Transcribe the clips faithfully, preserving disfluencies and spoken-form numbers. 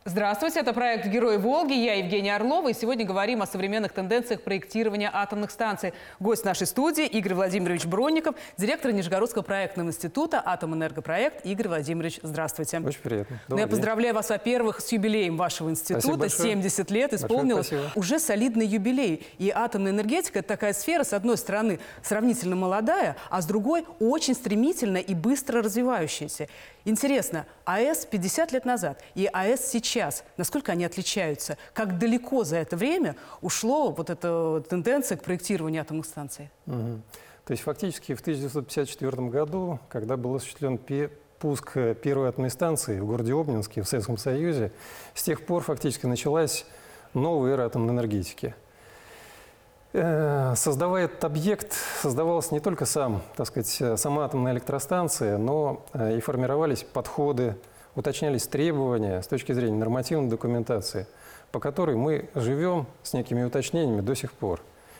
Здравствуйте, это проект «Герои Волги». Я Евгения Орлова. И сегодня говорим о современных тенденциях проектирования атомных станций. Гость нашей студии Игорь Владимирович Бронников, директор Нижегородского проектного института «Атомэнергопроект». Игорь Владимирович, здравствуйте. Очень приятно. Ну, я поздравляю вас, во-первых, с юбилеем вашего института. семьдесят лет исполнилось. Уже солидный юбилей. И атомная энергетика – это такая сфера, с одной стороны, сравнительно молодая, а с другой – очень стремительно и быстро развивающаяся. Интересно, АЭС пятьдесят лет назад и АЭС сейчас, насколько они отличаются? Как далеко за это время ушло вот эта тенденция к проектированию атомных станций? Угу. То есть фактически в тысяча девятьсот пятьдесят четвёртом году, когда был осуществлен пуск первой атомной станции в городе Обнинске в Советском Союзе, с тех пор фактически началась новая эра атомной энергетики. Создавая этот объект, создавалась не только сам, так сказать, сама атомная электростанция, но и формировались подходы, уточнялись требования с точки зрения нормативной документации, по которой мы живем с некими уточнениями до сих пор.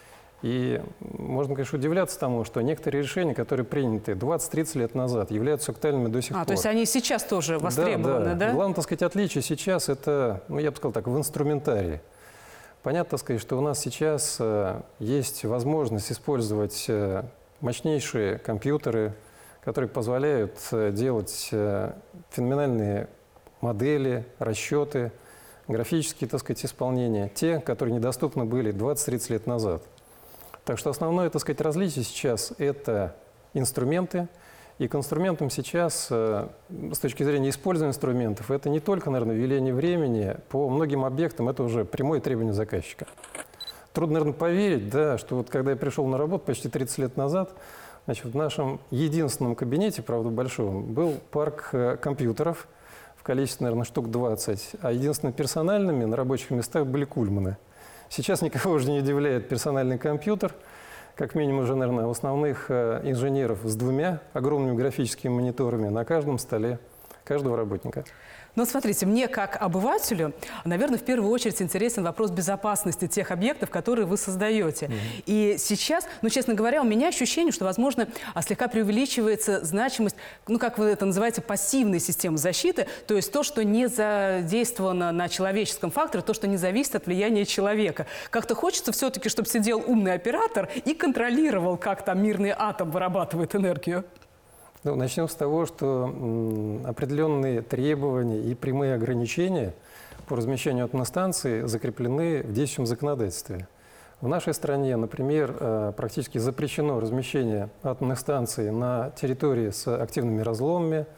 И можно, конечно, удивляться тому, что некоторые решения, которые приняты двадцать-тридцать лет назад, являются актуальными до сих а, пор. То есть они сейчас тоже востребованы, да? да? да? Главное, так сказать, отличие сейчас – это, ну, я бы сказал так, в инструментарии. Понятно, так сказать, что у нас сейчас э, есть возможность использовать э, мощнейшие компьютеры, которые позволяют э, делать э, феноменальные модели, расчеты, графические, так сказать, исполнения, те, которые недоступны были двадцать-тридцать лет назад. Так что основное, так сказать, различие сейчас – это инструменты. И к инструментам сейчас, с точки зрения использования инструментов, это не только, наверное, веление времени, по многим объектам это уже прямое требование заказчика. Трудно, наверное, поверить, да, что вот когда я пришел на работу почти тридцать лет назад, значит, в нашем единственном кабинете, правда, большом, был парк компьютеров в количестве, наверное, штук двадцать, а единственными персональными на рабочих местах были кульманы. Сейчас никого уже не удивляет персональный компьютер. Как минимум уже, наверное, у основных инженеров с двумя огромными графическими мониторами на каждом столе каждого работника. Но смотрите, мне как обывателю, наверное, в первую очередь интересен вопрос безопасности тех объектов, которые вы создаете. Mm-hmm. И сейчас, ну, честно говоря, у меня ощущение, что, возможно, слегка преувеличивается значимость, ну, как вы это называете, пассивной системы защиты, то есть то, что не задействовано на человеческом факторе, то, что не зависит от влияния человека. Как-то хочется все-таки, чтобы сидел умный оператор и контролировал, как там мирный атом вырабатывает энергию. Ну, начнем с того, что м, определенные требования и прямые ограничения по размещению атомной станции закреплены в действующем законодательстве. В нашей стране, например, э, практически запрещено размещение атомных станций на территории с активными разломами,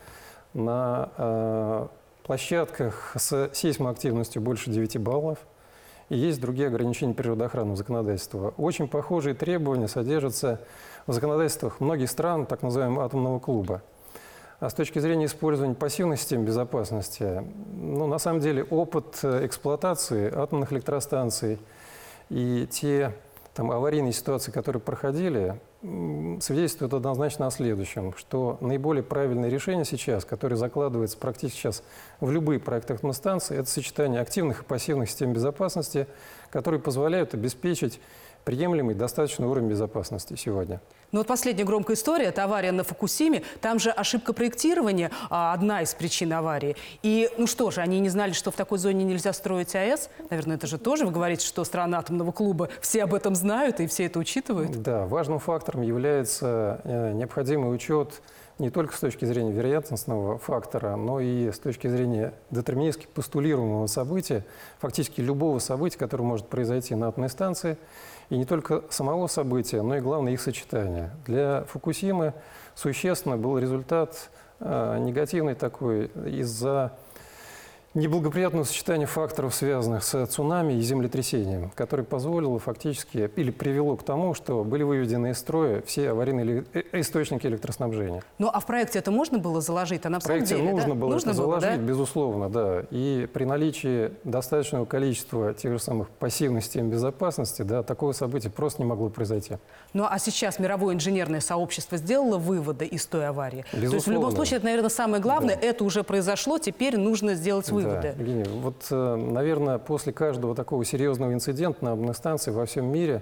на э, площадках с сейсмоактивностью больше девяти баллов. И есть другие ограничения природоохранного законодательства. Очень похожие требования содержатся в законодательствах многих стран так называемого атомного клуба. А с точки зрения использования пассивной системы безопасности, ну, на самом деле опыт эксплуатации атомных электростанций и те там, аварийные ситуации, которые проходили, свидетельствуют однозначно о следующем, что наиболее правильное решение сейчас, которое закладывается практически сейчас в любые проекты атомной станции, это сочетание активных и пассивных систем безопасности, которые позволяют обеспечить приемлемый достаточный уровень безопасности сегодня. Ну вот последняя громкая история – это авария на Фукусиме. Там же ошибка проектирования – одна из причин аварии. И, ну что же, они не знали, что в такой зоне нельзя строить АЭС? Наверное, это же тоже, вы говорите, что страны атомного клуба все об этом знают и все это учитывают? Да, важным фактором является необходимый учет не только с точки зрения вероятностного фактора, но и с точки зрения детерминистски постулируемого события, фактически любого события, которое может произойти на атомной станции, и не только самого события, но и, главное, их сочетания. Для Фукусимы существенно был результат э, негативный такой из-за неблагоприятного сочетания факторов, связанных с цунами и землетрясением, которое позволило фактически или привело к тому, что были выведены из строя все аварийные источники электроснабжения. Ну а в проекте это можно было заложить? А на в проекте самом деле, нужно да? было нужно это было, заложить, да? безусловно, да. И при наличии достаточного количества тех же самых пассивных систем безопасности, да, такого события просто не могло произойти. Ну а сейчас мировое инженерное сообщество сделало выводы из той аварии? Безусловно. То есть в любом случае, это, наверное, самое главное, да. Это уже произошло, теперь нужно сделать выводы. Да, Евгения, вот, наверное, после каждого такого серьезного инцидента на атомной станции во всем мире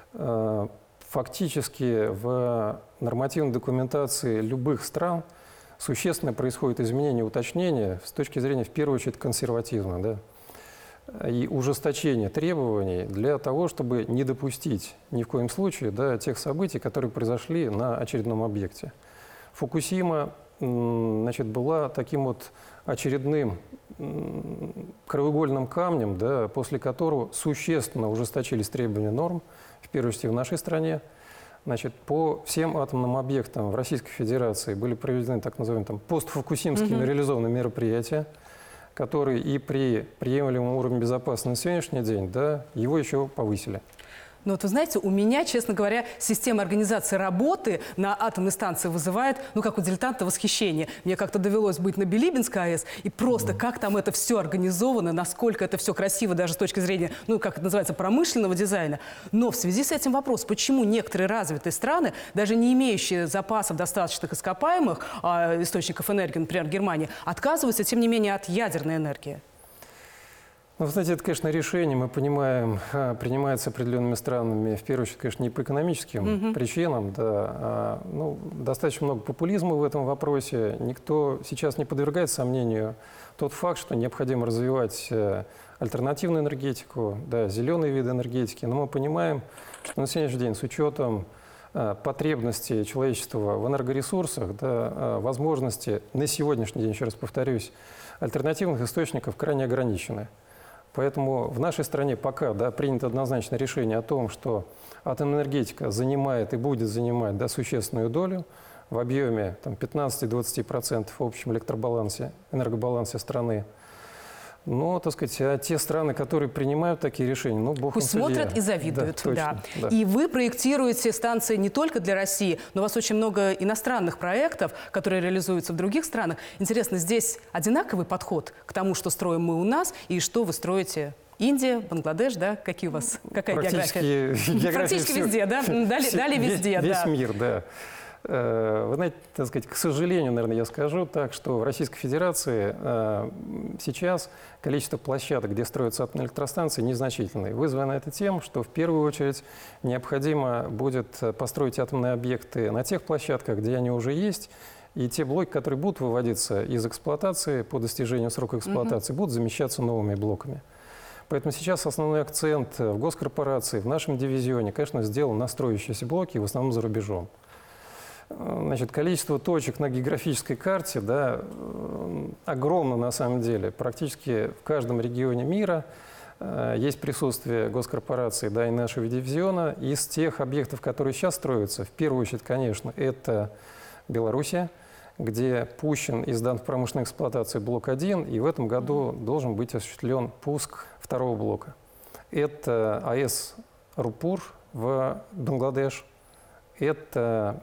фактически в нормативной документации любых стран существенно происходит изменение, уточнение с точки зрения, в первую очередь, консерватизма, да, и ужесточения требований для того, чтобы не допустить ни в коем случае, да, тех событий, которые произошли на очередном объекте. Фукусима, значит, была таким вот очередным краеугольным камнем, да, после которого существенно ужесточились требования норм, в первую очередь в нашей стране. Значит, по всем атомным объектам в Российской Федерации были проведены так называемые там, постфукусимские mm-hmm. реализованные мероприятия, которые и при приемлемом уровне безопасности на сегодняшний день, да, его еще повысили. Ну вот вы знаете, у меня, честно говоря, система организации работы на атомной станции вызывает, ну как у дилетанта, восхищение. Мне как-то довелось быть на Билибинской АЭС, и просто mm. как там это все организовано, насколько это все красиво даже с точки зрения, ну как это называется, промышленного дизайна. Но в связи с этим вопрос, почему некоторые развитые страны, даже не имеющие запасов достаточных ископаемых а, источников энергии, например, Германия, отказываются, тем не менее, от ядерной энергии? Ну, знаете, это, конечно, решение, мы понимаем, принимается определенными странами, в первую очередь, конечно, не по экономическим mm-hmm. причинам, да, а, ну, достаточно много популизма в этом вопросе. Никто сейчас не подвергает сомнению тот факт, что необходимо развивать альтернативную энергетику, да, зеленые виды энергетики. Но мы понимаем, что на сегодняшний день с учетом потребностей человечества в энергоресурсах, да, возможности на сегодняшний день, еще раз повторюсь, альтернативных источников крайне ограничены. Поэтому в нашей стране пока, да, принято однозначное решение о том, что атомная энергетика занимает и будет занимать, да, существенную долю в объеме пятнадцати-двадцати процентов в общем электробалансе, энергобалансе страны. Но, так сказать, а те страны, которые принимают такие решения, ну, бог им пусть судья. смотрят и завидуют. Да, точно, да. Да. И вы проектируете станции не только для России, но у вас очень много иностранных проектов, которые реализуются в других странах. Интересно, здесь одинаковый подход к тому, что строим мы у нас, и что вы строите? Индия, Бангладеш, да? Какие у вас, какая география? география? Практически везде, да? Дали, дали везде, весь, да. Весь мир, да. Вы знаете, так сказать, к сожалению, наверное, я скажу так, что в Российской Федерации сейчас количество площадок, где строятся атомные электростанции, незначительное. Вызвано это тем, что в первую очередь необходимо будет построить атомные объекты на тех площадках, где они уже есть, и те блоки, которые будут выводиться из эксплуатации по достижению срока эксплуатации, mm-hmm. будут замещаться новыми блоками. Поэтому сейчас основной акцент в госкорпорации, в нашем дивизионе, конечно, сделан на строящиеся блоки, в основном за рубежом. Значит, количество точек на географической карте, да, огромно на самом деле. Практически в каждом регионе мира э, есть присутствие госкорпорации, да, и нашего дивизиона. Из тех объектов, которые сейчас строятся, в первую очередь, конечно, это Белоруссия, где пущен и сдан в промышленную эксплуатацию блок один, и в этом году должен быть осуществлен пуск второго блока. Это АЭС Рупур в Бангладеш, это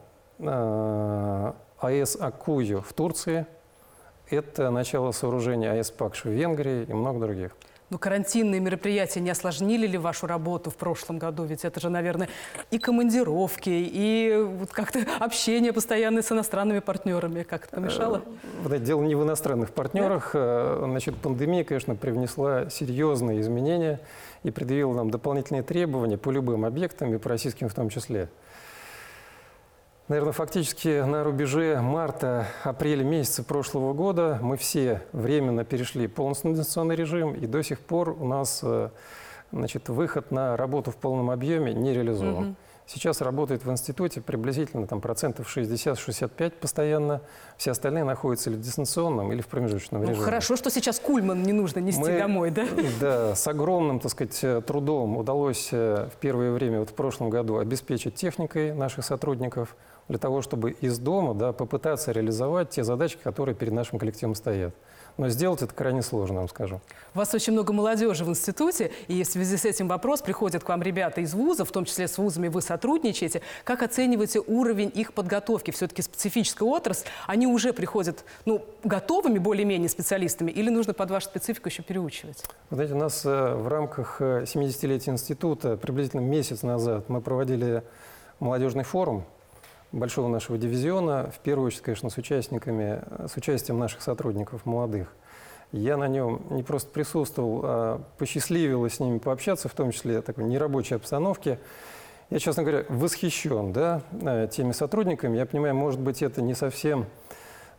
АЭС Аккую в Турции, это начало сооружения АЭС Пакш в Венгрии и много других. Но карантинные мероприятия не осложнили ли вашу работу в прошлом году? Ведь это же, наверное, и командировки, и вот как-то общение постоянное с иностранными партнерами. Как это помешало? Дело не в иностранных партнерах. Да? Значит, пандемия, конечно, привнесла серьезные изменения и предъявила нам дополнительные требования по любым объектам, и по российским в том числе. Наверное, фактически на рубеже марта-апреля месяца прошлого года мы все временно перешли полностью на дистанционный режим, и до сих пор у нас, значит, выход на работу в полном объеме не реализован. Угу. Сейчас работает в институте приблизительно там, процентов шестьдесят-шестьдесят пять постоянно, все остальные находятся или в дистанционном, или в промежуточном ну, режиме. Хорошо, что сейчас кульман не нужно нести мы, домой, да? Да, с огромным, так сказать, трудом удалось в первое время, вот в прошлом году, обеспечить техникой наших сотрудников, для того, чтобы из дома, да, попытаться реализовать те задачи, которые перед нашим коллективом стоят. Но сделать это крайне сложно, я вам скажу. У вас очень много молодежи в институте, и в связи с этим вопрос, приходят к вам ребята из вузов, в том числе с вузами вы сотрудничаете. Как оцениваете уровень их подготовки? Все-таки специфическая отрасль, они уже приходят, ну, готовыми более-менее специалистами, или нужно под вашу специфику еще переучивать? Вы знаете, у нас в рамках семидесятилетия института приблизительно месяц назад мы проводили молодежный форум большого нашего дивизиона, в первую очередь, конечно, с участниками, с участием наших сотрудников молодых. Я на нем не просто присутствовал, а посчастливилось с ними пообщаться, в том числе в такой нерабочей обстановке. Я, честно говоря, восхищен, да, теми сотрудниками. Я понимаю, может быть, это не совсем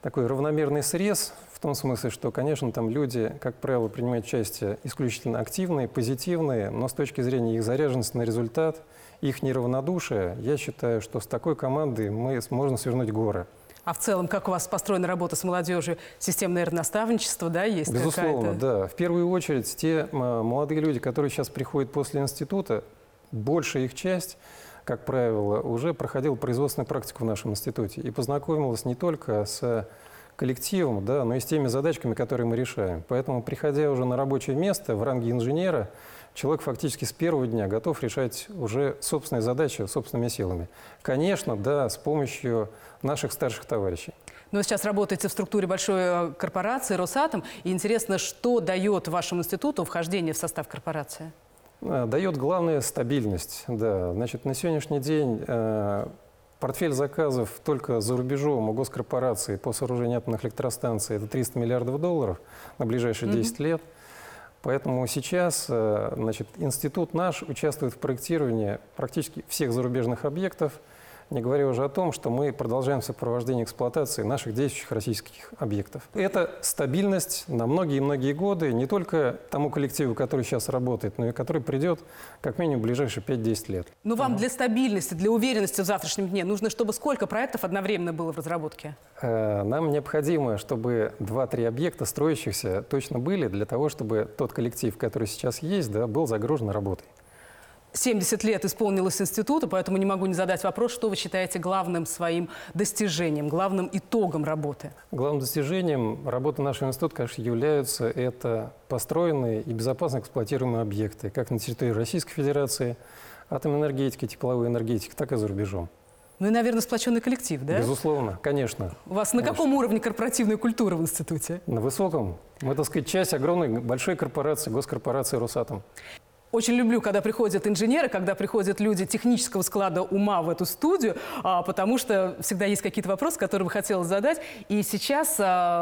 такой равномерный срез, в том смысле, что, конечно, там люди, как правило, принимают участие исключительно активные, позитивные, но с точки зрения их заряженности на результат, их неравнодушия, я считаю, что с такой командой мы можно свернуть горы. А в целом, как у вас построена работа с молодежью? Система, наверное, наставничества, да, есть Безусловно, да. В первую очередь, те молодые люди, которые сейчас приходят после института, большая их часть, как правило, уже проходила производственную практику в нашем институте и познакомилась не только с коллективом, да, но и с теми задачками, которые мы решаем. Поэтому, приходя уже на рабочее место в ранге инженера, человек фактически с первого дня готов решать уже собственные задачи собственными силами. Конечно, да, с помощью наших старших товарищей. Но вы сейчас работаете в структуре большой корпорации «Росатом». И интересно, что дает вашему институту вхождение в состав корпорации? Дает главное стабильность. Да. Значит, на сегодняшний день э, портфель заказов только за рубежом у госкорпорации по сооружению атомных электростанций – это триста миллиардов долларов на ближайшие десять лет. Поэтому сейчас э, значит, институт наш участвует в проектировании практически всех зарубежных объектов, не говоря уже о том, что мы продолжаем сопровождение эксплуатации наших действующих российских объектов. Это стабильность на многие-многие годы не только тому коллективу, который сейчас работает, но и который придет как минимум в ближайшие пять-десять лет. Но вам для стабильности, для уверенности в завтрашнем дне нужно, чтобы сколько проектов одновременно было в разработке? Нам необходимо, чтобы два-три объекта строящихся точно были для того, чтобы тот коллектив, который сейчас есть, да, был загружен работой. семьдесят лет исполнилось институту, поэтому не могу не задать вопрос, что вы считаете главным своим достижением, главным итогом работы? Главным достижением работы нашего института, конечно, являются это построенные и безопасно эксплуатируемые объекты, как на территории Российской Федерации, атомной энергетики, тепловой энергетики, так и за рубежом. Ну и, наверное, сплоченный коллектив, да? Безусловно, конечно. У вас конечно. На каком уровне корпоративной культуры в институте? На высоком. Мы, так сказать, часть огромной большой корпорации, госкорпорации «Росатом». Очень люблю, когда приходят инженеры, когда приходят люди технического склада ума в эту студию, потому что всегда есть какие-то вопросы, которые бы хотелось задать. И сейчас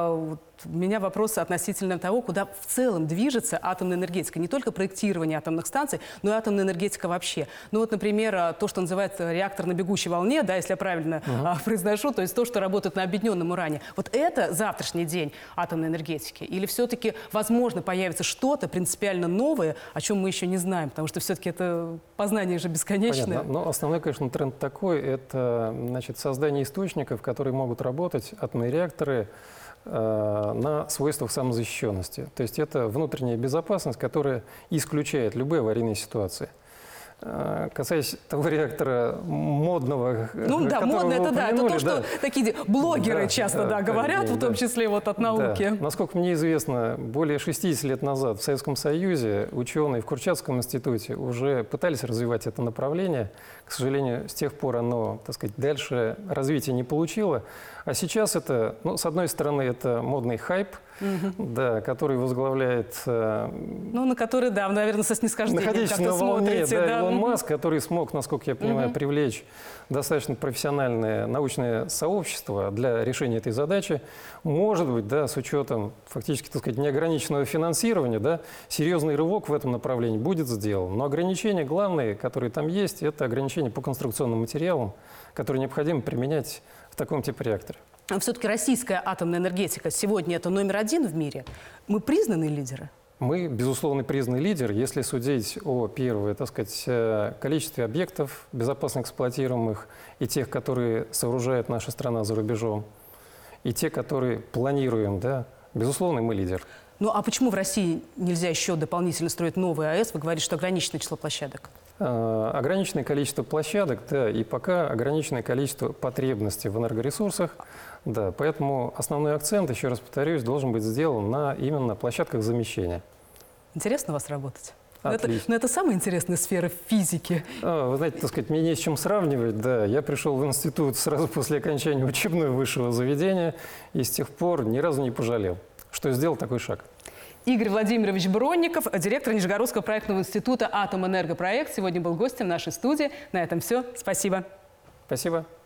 у меня вопросы относительно того, куда в целом движется атомная энергетика. Не только проектирование атомных станций, но и атомная энергетика вообще. Ну вот, например, то, что называется реактор на бегущей волне, да, если я правильно uh-huh. произношу, то есть то, что работает на объединенном уране. Вот это завтрашний день атомной энергетики? Или все-таки, возможно, появится что-то принципиально новое, о чем мы еще не знаем? Потому что все-таки это познание же бесконечное. Понятно. Но основной, конечно, тренд такой – это, значит, создание источников, которые могут работать, атомные реакторы, на свойствах самозащищенности. То есть это внутренняя безопасность, которая исключает любые аварийные ситуации. Касаясь того реактора модного, ну да, модно это да, это то, что да. такие блогеры да, часто да, да, говорят, да, в том числе вот от науки. Да. Насколько мне известно, более шестидесяти лет назад в Советском Союзе ученые в Курчатовском институте уже пытались развивать это направление. К сожалению, с тех пор оно, так сказать, дальше развития не получило. А сейчас это, ну, с одной стороны, это модный хайп, угу. да, который возглавляет... Ну, на который, да, наверное, со снисхождением как-то смотрите. Да, да. Илон Маск, который смог, насколько я понимаю, угу. привлечь достаточно профессиональное научное сообщество для решения этой задачи. Может быть, да, с учетом фактически, так сказать, неограниченного финансирования, да, серьезный рывок в этом направлении будет сделан. Но ограничения главные, которые там есть, это ограничения по конструкционным материалам, которые необходимо применять в таком типе реактора. А все-таки российская атомная энергетика сегодня это номер один в мире. Мы признанные лидеры? Мы, безусловно, признанный лидер, если судить о, первое, так сказать, количестве объектов безопасно эксплуатируемых и тех, которые сооружает наша страна за рубежом, и те, которые планируем, да, безусловно, мы лидер. Ну а почему в России нельзя еще дополнительно строить новые АЭС? Вы говорите, что ограниченное число площадок. Ограниченное количество площадок, да, и пока ограниченное количество потребностей в энергоресурсах, да, поэтому основной акцент, еще раз повторюсь, должен быть сделан на именно площадках замещения. Интересно у вас работать? Но это, но это самая интересная сфера физики. А, вы знаете, так сказать, мне не с чем сравнивать, да, я пришел в институт сразу после окончания учебного высшего заведения и с тех пор ни разу не пожалел, что сделал такой шаг. Игорь Владимирович Бронников, директор Нижегородского проектного института «Атомэнергопроект», сегодня был гостем нашей студии. На этом все. Спасибо. Спасибо.